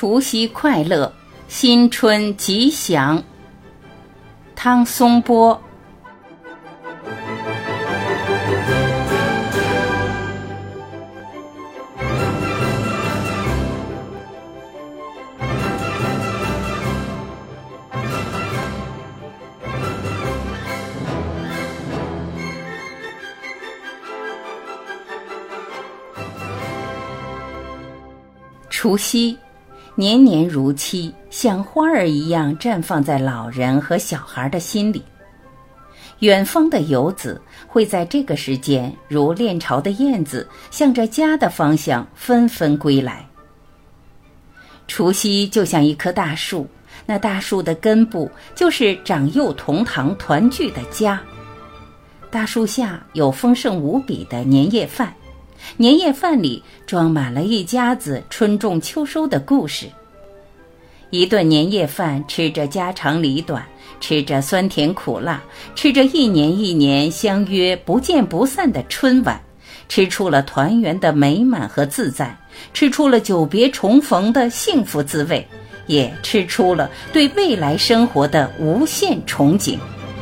除夕快乐，新春吉祥。汤松波。除夕，年年如期，像花儿一样绽放在老人和小孩的心里。远方的游子会在这个时间，如恋巢的燕子，向着家的方向纷纷归来。除夕就像一棵大树，那大树的根部就是长幼同堂团聚的家。大树下有丰盛无比的年夜饭，年夜饭里装满了一家子春种秋收的故事。一顿年夜饭，吃着家长里短，吃着酸甜苦辣，吃着一年一年相约不见不散的春晚，吃出了团圆的美满和自在，吃出了久别重逢的幸福滋味，也吃出了对未来生活的无限憧憬。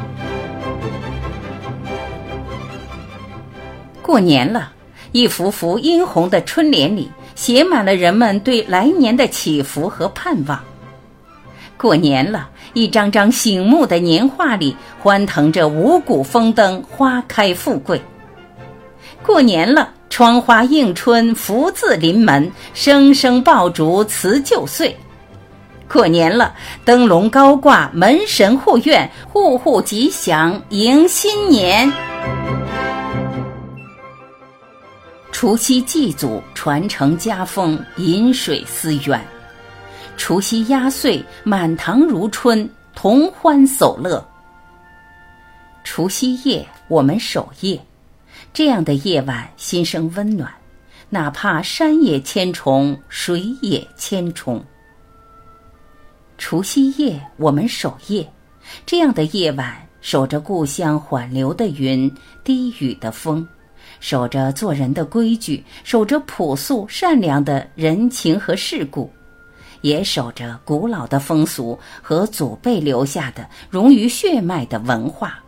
过年了，一幅幅殷红的春联里写满了人们对来年的祈福和盼望。过年了，一张张醒目的年画里欢腾着五谷丰登，花开富贵。过年了，窗花映春，福字临门，声声爆竹辞旧岁。过年了，灯笼高挂，门神护院，户户吉祥迎新年。除夕祭祖，传承家风，饮水思源。除夕压岁，满堂如春，同欢叟乐。除夕夜，我们守夜，这样的夜晚心生温暖，哪怕山也千重，水也千重。除夕夜，我们守夜，这样的夜晚守着故乡缓流的云，低语的风，守着做人的规矩，守着朴素善良的人情和世故，也守着古老的风俗和祖辈留下的融于血脉的文化。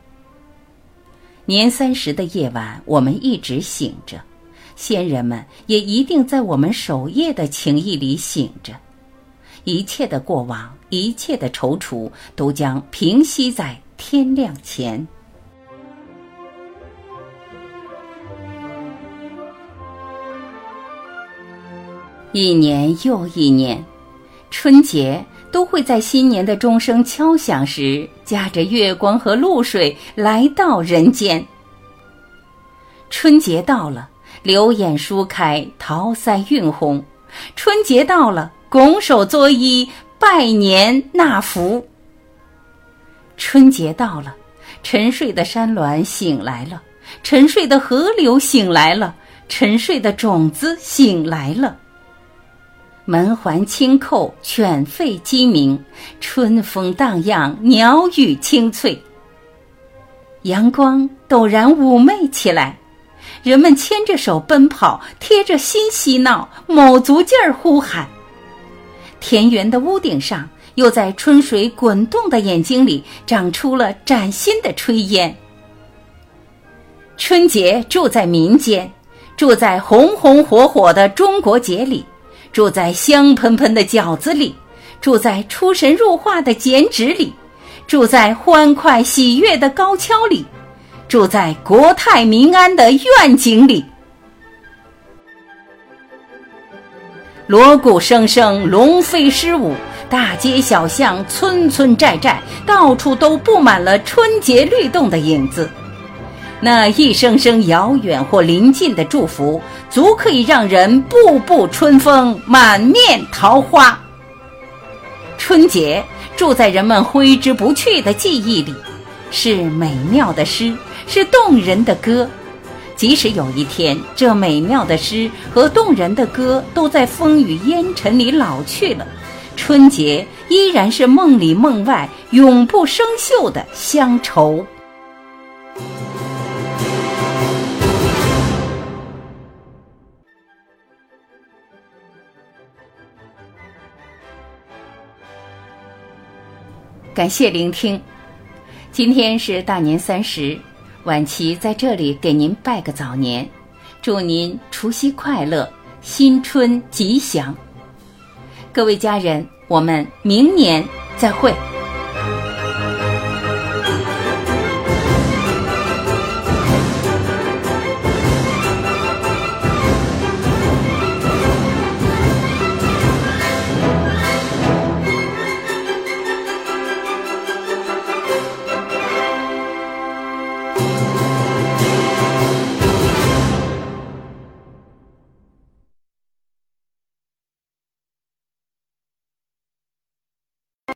年30的夜晚，我们一直醒着，先人们也一定在我们守夜的情谊里醒着。一切的过往，一切的踌躇，都将平息在天亮前。一年又一年，春节都会在新年的钟声敲响时，驾着月光和露水来到人间。春节到了，柳眼舒开，桃腮晕红。春节到了，拱手作揖，拜年纳福。春节到了，沉睡的山峦醒来了，沉睡的河流醒来了，沉睡的种子醒来了。门环轻叩，犬吠鸡鸣，春风荡漾，鸟语清脆。阳光陡然妩媚起来，人们牵着手奔跑，贴着心嬉闹，卯足劲儿呼喊。田园的屋顶上，又在春水滚动的眼睛里长出了崭新的炊烟。春节住在民间，住在红红火火的中国节里，住在香喷喷的饺子里，住在出神入化的剪纸里，住在欢快喜悦的高跷里，住在国泰民安的愿景里。锣鼓声声，龙飞狮舞，大街小巷，村村寨寨，到处都布满了春节律动的影子。那一声声遥远或临近的祝福，足可以让人步步春风，满面桃花。春节住在人们挥之不去的记忆里，是美妙的诗，是动人的歌。即使有一天，这美妙的诗和动人的歌都在风雨烟尘里老去了，春节依然是梦里梦外永不生锈的乡愁。 感谢聆听。今天是大年30，晚琪在这里给您拜个早年，祝您除夕快乐，新春吉祥。各位家人，我们明年再会。